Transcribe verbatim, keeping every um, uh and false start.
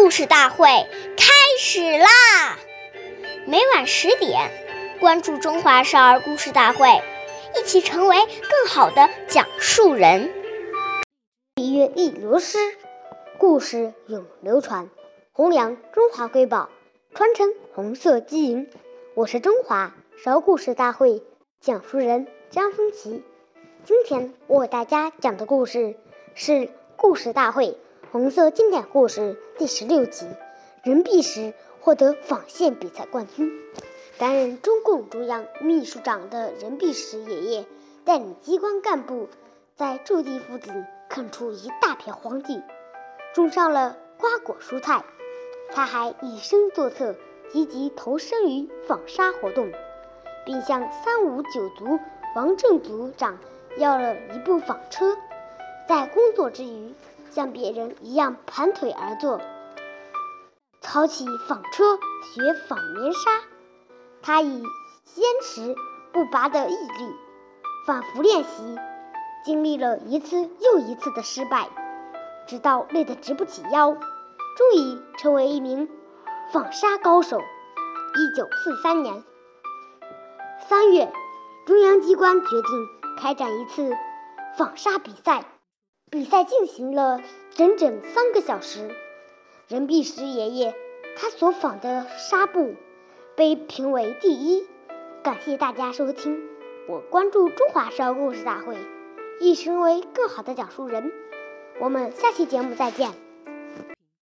故事大会开始啦！每晚十点，关注中华少儿故事大会，一起成为更好的讲述人。 岁月易流失，故事永流传，弘扬中华瑰宝，传承红色基因。我是中华少儿故事大会讲述人张风奇。今天我为大家讲的故事是故事大会红色经典故事第十六集，任弼时获得纺线比赛冠军。担任中共中央秘书长的任弼时爷爷带领机关干部在驻地附近垦出一大片荒地，种上了瓜果蔬菜。他还以身作则，积极投身于纺纱活动，并向三五九族王正组长要了一部纺车，在工作之余像别人一样盘腿而坐，操起纺车学纺棉纱。他以坚持不拔的毅力反复练习，经历了一次又一次的失败，直到累得直不起腰，终于成为一名纺纱高手。一九四三年三月，中央机关决定开展一次纺纱比赛。比赛进行了整整三个小时。任弼时爷爷他所纺的纱布被评为第一。感谢大家收听，我关注中华少儿故事大会，一起成为更好的讲述人。我们下期节目再见。